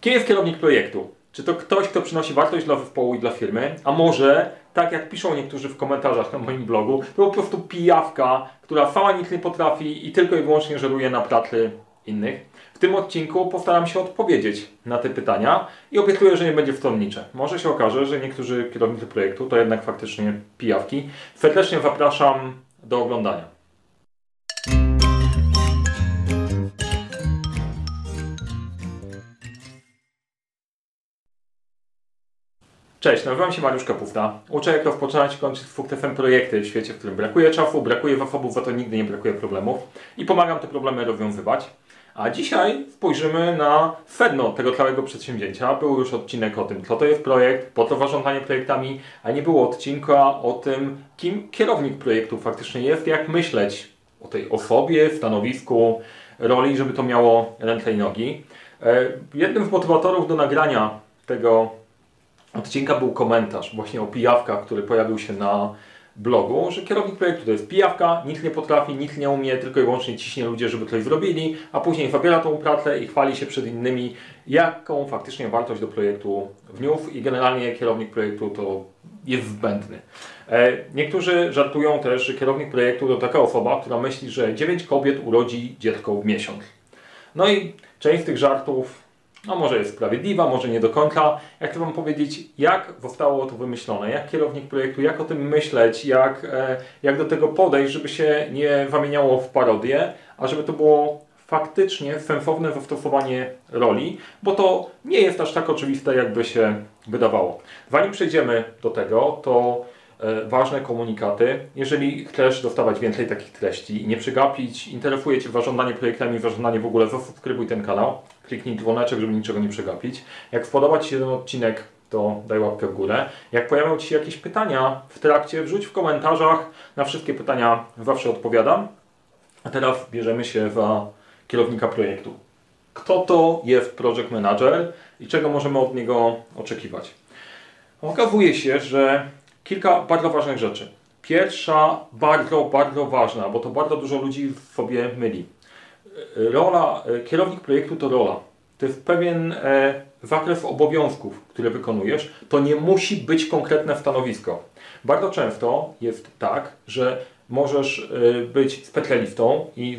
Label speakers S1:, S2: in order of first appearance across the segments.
S1: Kim jest kierownik projektu? Czy to ktoś, kto przynosi wartość dla zespołu i dla firmy? A może, tak jak piszą niektórzy w komentarzach na moim blogu, to po prostu pijawka, która sama nic nie potrafi i tylko i wyłącznie żeruje na pracy innych? W tym odcinku postaram się odpowiedzieć na te pytania i obiecuję, że nie będzie stronnicze. Może się okaże, że niektórzy kierownicy projektu to jednak faktycznie pijawki. Serdecznie zapraszam do oglądania. Cześć, nazywam się Mariusz Kapufta. Uczę, jak rozpoczynać i kończyć z sukcesem projekty w świecie, w którym brakuje czasu, brakuje zasobów, za to nigdy nie brakuje problemów i pomagam te problemy rozwiązywać. A dzisiaj spojrzymy na sedno tego całego przedsięwzięcia. Był już odcinek o tym, co to jest projekt, po co zarządzanie projektami, a nie było odcinka o tym, kim kierownik projektu faktycznie jest, jak myśleć o tej osobie, stanowisku, roli, żeby to miało ręce i nogi. Jednym z motywatorów do nagrania tego odcinka był komentarz właśnie o pijawkach, który pojawił się na blogu, że kierownik projektu to jest pijawka, nic nie potrafi, nic nie umie, tylko i wyłącznie ciśnie ludzie, żeby coś zrobili, a później zabiera tą pracę i chwali się przed innymi, jaką faktycznie wartość do projektu wniósł i generalnie kierownik projektu to jest zbędny. Niektórzy żartują też, że kierownik projektu to taka osoba, która myśli, że 9 kobiet urodzi dziecko w miesiąc. No i część z tych żartów może jest sprawiedliwa, może nie do końca. Ja chcę Wam powiedzieć, jak zostało to wymyślone, jak kierownik projektu, jak o tym myśleć, jak do tego podejść, żeby się nie zamieniało w parodię, a żeby to było faktycznie sensowne zastosowanie roli, bo to nie jest aż tak oczywiste, jakby się wydawało. Zanim przejdziemy do tego, to ważne komunikaty. Jeżeli chcesz dostawać więcej takich treści i nie przegapić, interesuje Cię zarządzanie projektami, zarządzanie w ogóle, zasubskrybuj ten kanał, kliknij dzwoneczek, żeby niczego nie przegapić. Jak podoba Ci się ten odcinek, to daj łapkę w górę. Jak pojawią Ci się jakieś pytania w trakcie, wrzuć w komentarzach. Na wszystkie pytania zawsze odpowiadam. A teraz bierzemy się za kierownika projektu. Kto to jest project manager i czego możemy od niego oczekiwać? Okazuje się, że kilka bardzo ważnych rzeczy. Pierwsza, bardzo ważna, bo to bardzo dużo ludzi sobie myli. Kierownik projektu to rola. To jest pewien zakres obowiązków, które wykonujesz. To nie musi być konkretne stanowisko. Bardzo często jest tak, że możesz być specjalistą i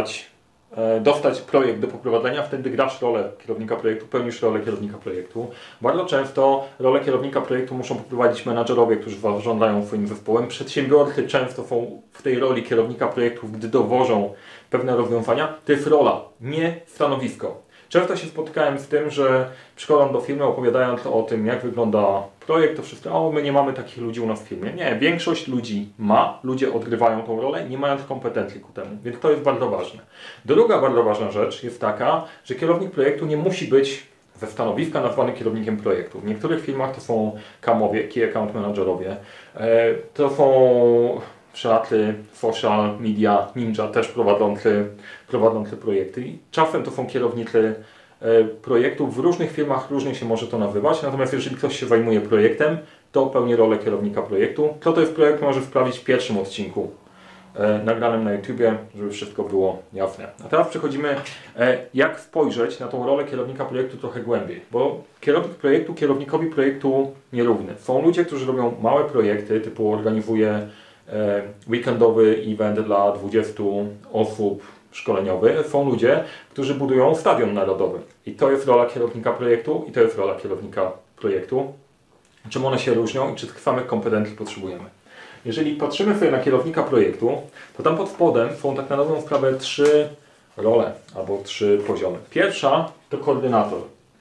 S1: dostać projekt do poprowadzenia, wtedy grasz rolę kierownika projektu, pełnisz rolę kierownika projektu. Bardzo często rolę kierownika projektu muszą poprowadzić menadżerowie, którzy zarządzają swoim zespołem. Przedsiębiorcy często są w tej roli kierownika projektu, gdy dowożą pewne rozwiązania. To jest rola, nie stanowisko. Często się spotykałem z tym, że przychodzą do firmy, opowiadając o tym, jak wygląda projekt, to wszystko, my nie mamy takich ludzi u nas w firmie. Nie, większość ludzi ma, ludzie odgrywają tą rolę, nie mając kompetencji ku temu, więc to jest bardzo ważne. Druga bardzo ważna rzecz jest taka, że kierownik projektu nie musi być ze stanowiska nazwany kierownikiem projektu. W niektórych firmach to są KAM-owie, Key Account Managerowie, to są wszelacy social media ninja też prowadzący projekty. I czasem to są kierownicy projektów. W różnych firmach różnie się może to nazywać, natomiast jeżeli ktoś się zajmuje projektem, to pełni rolę kierownika projektu. Co to jest projekt, może sprawdzić w pierwszym odcinku nagranym na YouTubie, żeby wszystko było jasne. A teraz przechodzimy, jak spojrzeć na tą rolę kierownika projektu trochę głębiej, bo kierownik projektu kierownikowi projektu nierówny. Są ludzie, którzy robią małe projekty, typu organizuje weekendowy event dla 20 osób szkoleniowy. Są ludzie, którzy budują stadion narodowy. I to jest rola kierownika projektu i to jest rola kierownika projektu. Czym one się różnią i czy tych samych kompetencji potrzebujemy. Jeżeli patrzymy sobie na kierownika projektu, to tam pod spodem są tak na dobrą sprawę 3 role albo 3 poziomy. Pierwsza to koordynator.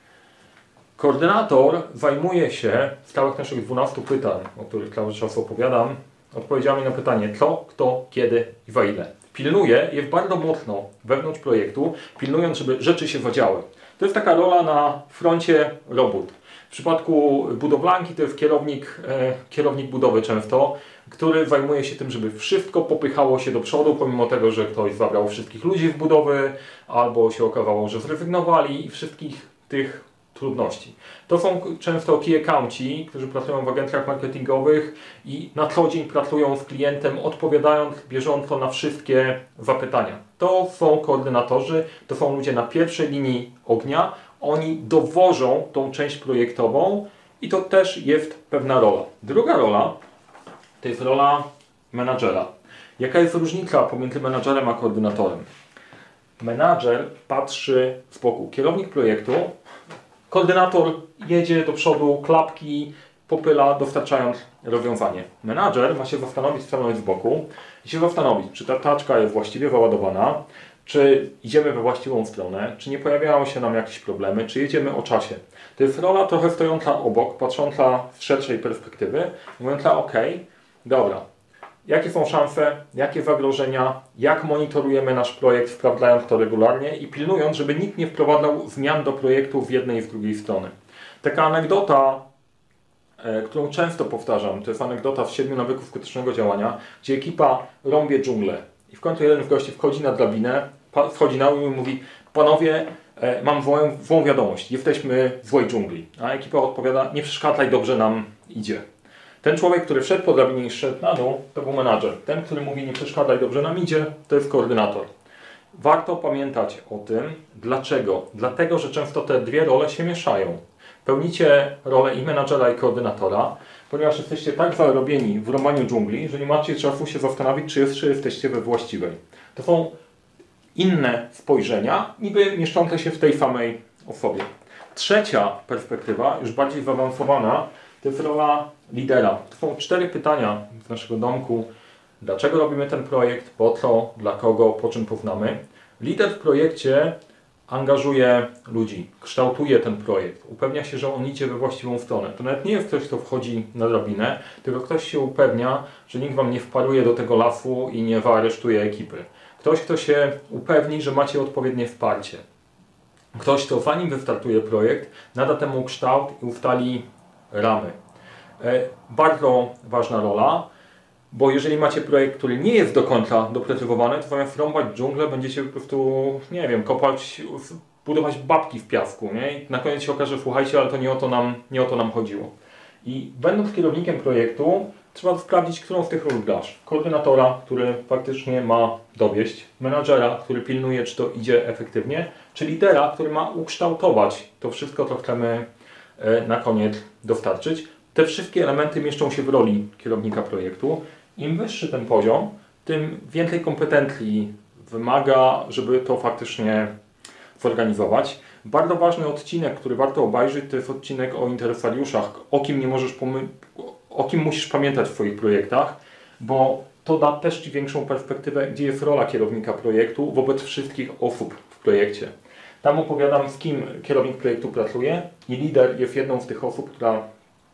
S1: Koordynator zajmuje się z całych naszych 12 pytań, o których cały czas opowiadam, odpowiedziami na pytanie co, kto, kiedy i za ile. Pilnuje je bardzo mocno wewnątrz projektu, pilnując, żeby rzeczy się zadziały. To jest taka rola na froncie robót. W przypadku budowlanki to jest kierownik budowy często, który zajmuje się tym, żeby wszystko popychało się do przodu, pomimo tego, że ktoś zabrał wszystkich ludzi w budowy, albo się okazało, że zrezygnowali i wszystkich tych trudności. To są często key accounci, którzy pracują w agencjach marketingowych i na co dzień pracują z klientem, odpowiadając bieżąco na wszystkie zapytania. To są koordynatorzy, to są ludzie na pierwszej linii ognia. Oni dowożą tą część projektową i to też jest pewna rola. Druga rola to jest rola menadżera. Jaka jest różnica pomiędzy menadżerem a koordynatorem? Menadżer patrzy z boku. Kierownik projektu, koordynator jedzie do przodu, klapki, popyla, dostarczając rozwiązanie. Menadżer ma się zastanowić, stanąć z boku i się zastanowić, czy ta taczka jest właściwie załadowana, czy idziemy we właściwą stronę, czy nie pojawiają się nam jakieś problemy, czy jedziemy o czasie. To jest rola trochę stojąca obok, patrząca z szerszej perspektywy, mówiąca ok, dobra, jakie są szanse, jakie zagrożenia, jak monitorujemy nasz projekt, sprawdzając to regularnie i pilnując, żeby nikt nie wprowadzał zmian do projektu z jednej i z drugiej strony. Taka anegdota, którą często powtarzam, to jest anegdota z 7 nawyków skutecznego działania, gdzie ekipa rąbie dżunglę. I w końcu jeden z gości wchodzi na drabinę, wchodzi na dół i mówi: panowie, mam złą wiadomość, jesteśmy w złej dżungli. A ekipa odpowiada: nie przeszkadzaj, dobrze nam idzie. Ten człowiek, który wszedł po drabinie i szedł na dół, to był menadżer. Ten, który mówi: nie przeszkadzaj, dobrze nam idzie, to jest koordynator. Warto pamiętać o tym. Dlaczego? Dlatego, że często te dwie role się mieszają. Pełnicie rolę i menadżera, i koordynatora, ponieważ jesteście tak zarobieni w rąbaniu dżungli, że nie macie czasu się zastanowić, czy jesteście we właściwej. To są inne spojrzenia, niby mieszczące się w tej samej osobie. Trzecia perspektywa, już bardziej zaawansowana, to jest rola lidera. To są 4 pytania z naszego domku. Dlaczego robimy ten projekt, po co, dla kogo, po czym poznamy. Lider w projekcie angażuje ludzi, kształtuje ten projekt, upewnia się, że on idzie we właściwą stronę. To nawet nie jest ktoś, kto wchodzi na drabinę, tylko ktoś się upewnia, że nikt wam nie wparuje do tego lasu i nie wyaresztuje ekipy. Ktoś, kto się upewni, że macie odpowiednie wsparcie. Ktoś, kto zanim wystartuje projekt, nada temu kształt i ustali ramy. Bardzo ważna rola, bo jeżeli macie projekt, który nie jest do końca doprecyzowany, to zamiast rąbać dżunglę, będziecie po prostu, nie wiem, kopać, budować babki w piasku, nie? I na koniec się okaże: słuchajcie, ale to nie o to nam chodziło. I będąc kierownikiem projektu, trzeba sprawdzić, którą z tych ról grasz. Koordynatora, który faktycznie ma dowieść, menadżera, który pilnuje, czy to idzie efektywnie, czy lidera, który ma ukształtować to wszystko, co chcemy na koniec dostarczyć. Te wszystkie elementy mieszczą się w roli kierownika projektu. Im wyższy ten poziom, tym więcej kompetencji wymaga, żeby to faktycznie zorganizować. Bardzo ważny odcinek, który warto obejrzeć, to jest odcinek o interesariuszach, o kim musisz pamiętać w swoich projektach, bo to da też Ci większą perspektywę, gdzie jest rola kierownika projektu wobec wszystkich osób w projekcie. Tam opowiadam, z kim kierownik projektu pracuje i lider jest jedną z tych osób, która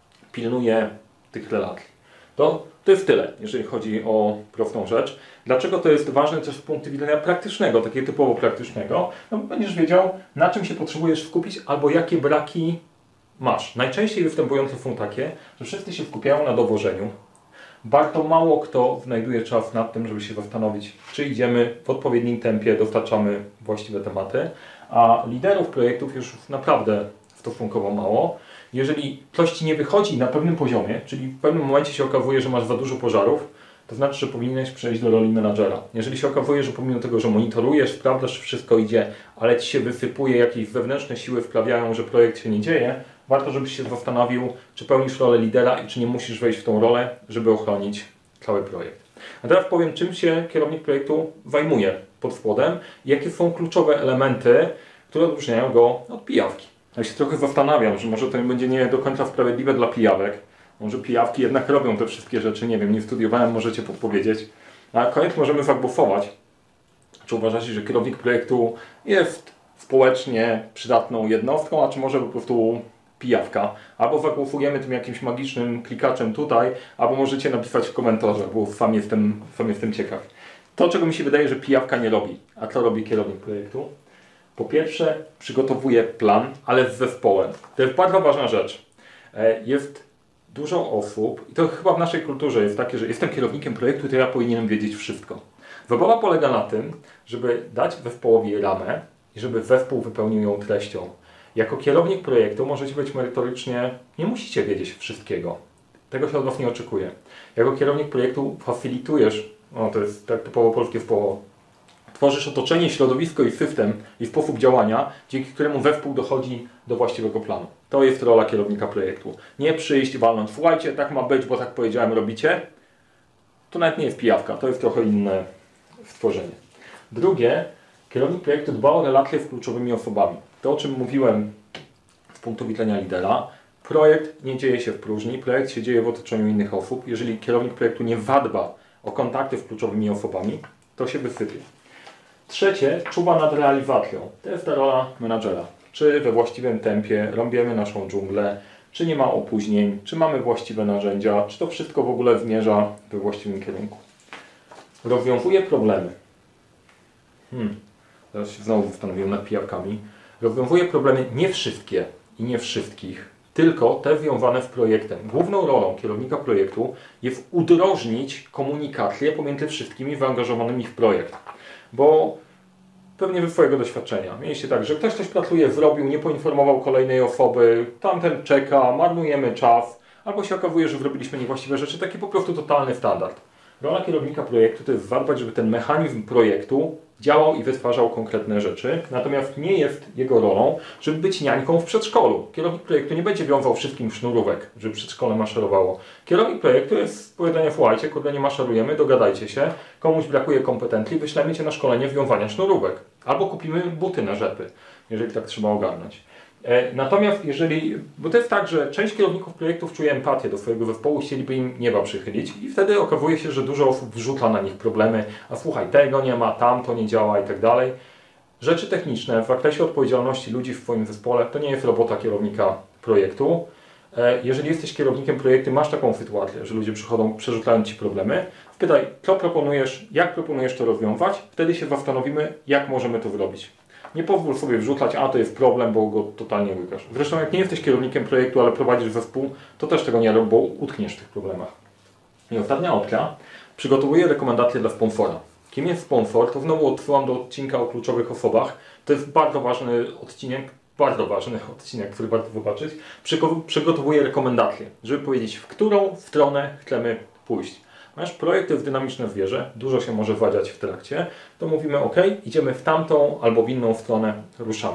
S1: pilnuje tych relacji. To jest tyle, jeżeli chodzi o prostą rzecz. Dlaczego to jest ważne też z punktu widzenia praktycznego, takiego typowo praktycznego? No bo będziesz wiedział, na czym się potrzebujesz skupić albo jakie braki masz. Najczęściej występujące są takie, że wszyscy się skupiają na dowożeniu. Bardzo mało kto znajduje czas nad tym, żeby się zastanowić, czy idziemy w odpowiednim tempie, dostarczamy właściwe tematy, a liderów projektów już naprawdę stosunkowo mało. Jeżeli coś Ci nie wychodzi na pewnym poziomie, czyli w pewnym momencie się okazuje, że masz za dużo pożarów, to znaczy, że powinieneś przejść do roli menadżera. Jeżeli się okazuje, że pomimo tego, że monitorujesz, sprawdzasz, że wszystko idzie, ale Ci się wysypuje, jakieś wewnętrzne siły wprawiają, że projekt się nie dzieje, warto, żebyś się zastanowił, czy pełnisz rolę lidera i czy nie musisz wejść w tą rolę, żeby ochronić cały projekt. A teraz powiem, czym się kierownik projektu zajmuje pod spodem i jakie są kluczowe elementy, które odróżniają go od pijawki. Ja się trochę zastanawiam, że może to będzie nie do końca sprawiedliwe dla pijawek. Może pijawki jednak robią te wszystkie rzeczy, nie wiem, nie studiowałem, możecie podpowiedzieć. A na koniec możemy zagłosować. Czy uważacie, że kierownik projektu jest społecznie przydatną jednostką, a czy może po prostu pijawka? Albo zagłosujemy tym jakimś magicznym klikaczem tutaj, albo możecie napisać w komentarzu, bo sam jestem ciekaw. To, czego mi się wydaje, że pijawka nie robi. A co robi kierownik projektu? Po pierwsze, przygotowuje plan, ale z zespołem. To jest bardzo ważna rzecz. Jest dużo osób, i to chyba w naszej kulturze jest takie, że jestem kierownikiem projektu, to ja powinienem wiedzieć wszystko. Zabawa polega na tym, żeby dać zespołowi ramę i żeby zespół wypełnił ją treścią. Jako kierownik projektu możecie być merytorycznie, nie musicie wiedzieć wszystkiego. Tego się od Was nie oczekuje. Jako kierownik projektu facilitujesz, to jest tak typowo polskie słowo, Tworzysz otoczenie, środowisko i system i sposób działania, dzięki któremu zespół dochodzi do właściwego planu. To jest rola kierownika projektu. Nie przyjść, walnąć, słuchajcie, tak ma być, bo tak powiedziałem, robicie. To nawet nie jest pijawka, to jest trochę inne stworzenie. Drugie, kierownik projektu dba o relacje z kluczowymi osobami. To, o czym mówiłem z punktu widzenia lidera, projekt nie dzieje się w próżni, projekt się dzieje w otoczeniu innych osób. Jeżeli kierownik projektu nie zadba o kontakty z kluczowymi osobami, to się wysypie. Trzecie, czuwa nad realizacją. To jest ta rola menadżera. Czy we właściwym tempie robimy naszą dżunglę, czy nie ma opóźnień, czy mamy właściwe narzędzia, czy to wszystko w ogóle zmierza we właściwym kierunku. Rozwiązuje problemy. Teraz się znowu zastanowiłem nad pijawkami. Rozwiązuje problemy nie wszystkie i nie wszystkich, tylko te związane z projektem. Główną rolą kierownika projektu jest udrożnić komunikację pomiędzy wszystkimi zaangażowanymi w projekt. Bo pewnie ze swojego doświadczenia mieliście tak, że ktoś coś pracuje, zrobił, nie poinformował kolejnej osoby, tamten czeka, marnujemy czas, albo się okazuje, że zrobiliśmy niewłaściwe rzeczy, taki po prostu totalny standard. Rola kierownika projektu to jest zadbać, żeby ten mechanizm projektu działał i wytwarzał konkretne rzeczy, natomiast nie jest jego rolą, żeby być niańką w przedszkolu. Kierownik projektu nie będzie wiązał wszystkim sznurówek, żeby przedszkole maszerowało. Kierownik projektu jest powiedzenie, słuchajcie, kurde, nie maszerujemy, dogadajcie się, komuś brakuje kompetencji, wyślemy cię na szkolenie wiązania sznurówek. Albo kupimy buty na rzepy, jeżeli tak trzeba ogarnąć. Natomiast bo to jest tak, że część kierowników projektów czuje empatię do swojego zespołu, chcieliby im nieba przychylić i wtedy okazuje się, że dużo osób wrzuca na nich problemy, a słuchaj, tego nie ma, tamto nie działa i tak dalej. Rzeczy techniczne w zakresie odpowiedzialności ludzi w Twoim zespole to nie jest robota kierownika projektu. Jeżeli jesteś kierownikiem projektu, masz taką sytuację, że ludzie przychodzą, przerzucają Ci problemy, pytaj, co proponujesz, jak proponujesz to rozwiązać, wtedy się zastanowimy, jak możemy to zrobić. Nie pozwól sobie wrzucać, a to jest problem, bo go totalnie łykasz. Zresztą jak nie jesteś kierownikiem projektu, ale prowadzisz zespół, to też tego nie rób, bo utkniesz w tych problemach. I ostatnia opcja, przygotowuję rekomendacje dla sponsora. Kim jest sponsor? To znowu odsyłam do odcinka o kluczowych osobach. To jest bardzo ważny odcinek, który warto zobaczyć. Przygotowuję rekomendacje, żeby powiedzieć, w którą stronę chcemy pójść. Nasz projekt to jest dynamiczne zwierzę, dużo się może wadziać w trakcie, to mówimy ok, idziemy w tamtą albo w inną stronę, ruszamy.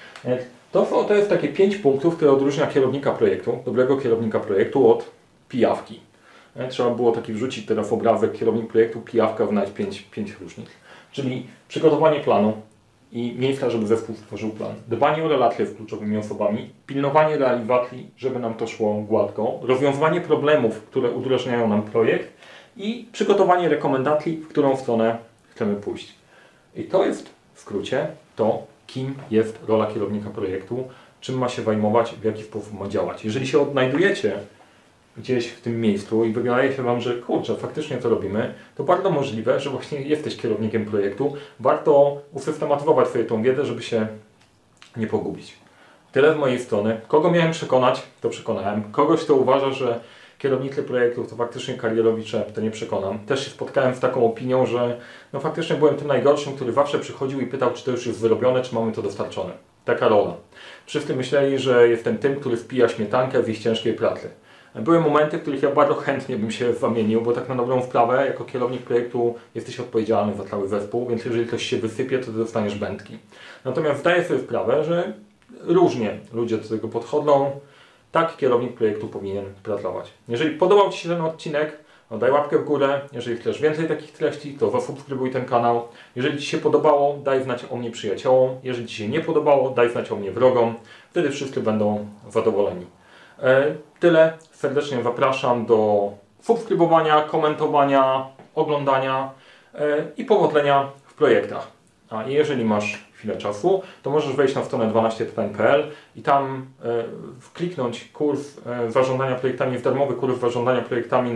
S1: To jest takie 5 punktów, które odróżnia kierownika projektu, dobrego kierownika projektu od pijawki. Trzeba było taki wrzucić teraz obrazek kierownik projektu, pijawka, znaleźć 5 różnic. Czyli przygotowanie planu i miejsca, żeby zespół stworzył plan. Dbanie o relacje z kluczowymi osobami, pilnowanie realizacji, żeby nam to szło gładko, rozwiązywanie problemów, które udrożniają nam projekt, i przygotowanie rekomendacji, w którą stronę chcemy pójść. I to jest w skrócie to, kim jest rola kierownika projektu, czym ma się zajmować, w jaki sposób ma działać. Jeżeli się odnajdujecie gdzieś w tym miejscu i wydaje się Wam, że kurczę, faktycznie to robimy, to bardzo możliwe, że właśnie jesteś kierownikiem projektu. Warto usystematyzować swoją tą wiedzę, żeby się nie pogubić. Tyle z mojej strony. Kogo miałem przekonać, to przekonałem. Kogoś, kto uważa, że kierownicy projektów to faktycznie karierowicze, to nie przekonam. Też się spotkałem z taką opinią, że no faktycznie byłem tym najgorszym, który zawsze przychodził i pytał, czy to już jest wyrobione, czy mamy to dostarczone. Taka rola. Wszyscy myśleli, że jestem tym, który wpija śmietankę w ich ciężkiej pracy. Były momenty, w których ja bardzo chętnie bym się zamienił, bo tak na dobrą sprawę, jako kierownik projektu jesteś odpowiedzialny za cały zespół, więc jeżeli coś się wysypie, to ty dostaniesz bętki. Natomiast zdaję sobie sprawę, że różnie ludzie do tego podchodzą. Tak kierownik projektu powinien pracować. Jeżeli podobał Ci się ten odcinek, no daj łapkę w górę. Jeżeli chcesz więcej takich treści, to zasubskrybuj ten kanał. Jeżeli Ci się podobało, daj znać o mnie przyjaciołom. Jeżeli Ci się nie podobało, daj znać o mnie wrogom. Wtedy wszyscy będą zadowoleni. Tyle. Serdecznie zapraszam do subskrybowania, komentowania, oglądania i powodzenia w projektach. A jeżeli masz chwilę czasu, to możesz wejść na stronę 12pytań.pl i tam kliknąć kurs zarządzania projektami, jest darmowy kurs zarządzania projektami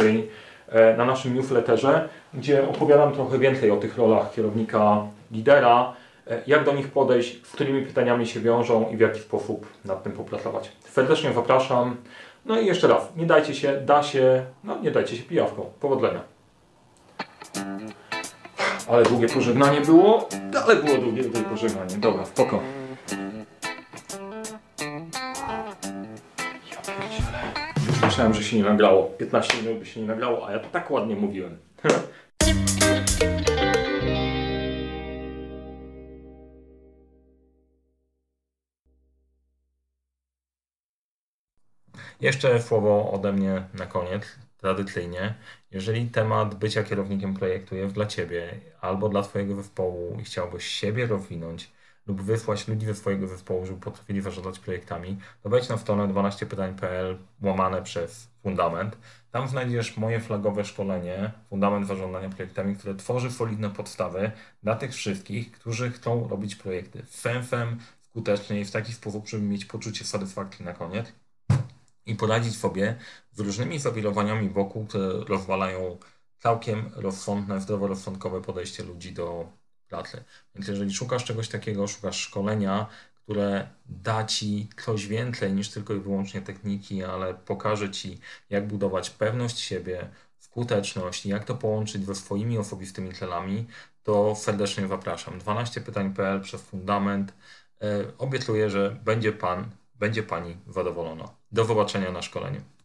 S1: na naszym newsletterze, gdzie opowiadam trochę więcej o tych rolach kierownika, lidera, jak do nich podejść, z którymi pytaniami się wiążą i w jaki sposób nad tym popracować. Serdecznie zapraszam. No i jeszcze raz, nie dajcie się, nie dajcie się pijawką. Powodzenia. Ale długie pożegnanie było, ale było długie pożegnanie. Dobra, spoko. Ja pierdzielę. Już myślałem, że się nie nagrało. 15 minut by się nie nagrało, a ja tak ładnie mówiłem. Jeszcze słowo ode mnie na koniec, tradycyjnie. Jeżeli temat bycia kierownikiem projektu jest dla Ciebie albo dla Twojego zespołu i chciałbyś siebie rozwinąć lub wysłać ludzi ze swojego zespołu, żeby potrafili zarządzać projektami, to wejdź na stronę 12pytań.pl łamane przez fundament. Tam znajdziesz moje flagowe szkolenie, fundament zarządzania projektami, które tworzy solidne podstawy dla tych wszystkich, którzy chcą robić projekty z sensem, skutecznie i w taki sposób, żeby mieć poczucie satysfakcji na koniec i poradzić sobie z różnymi zawirowaniami wokół, które rozwalają całkiem rozsądne, zdroworozsądkowe podejście ludzi do pracy. Więc jeżeli szukasz czegoś takiego, szukasz szkolenia, które da Ci coś więcej niż tylko i wyłącznie techniki, ale pokaże Ci, jak budować pewność siebie, skuteczność, jak to połączyć ze swoimi osobistymi celami, to serdecznie zapraszam. 12pytań.pl przez fundament. Obiecuję, że będzie Pan, będzie Pani zadowolona. Do zobaczenia na szkoleniu.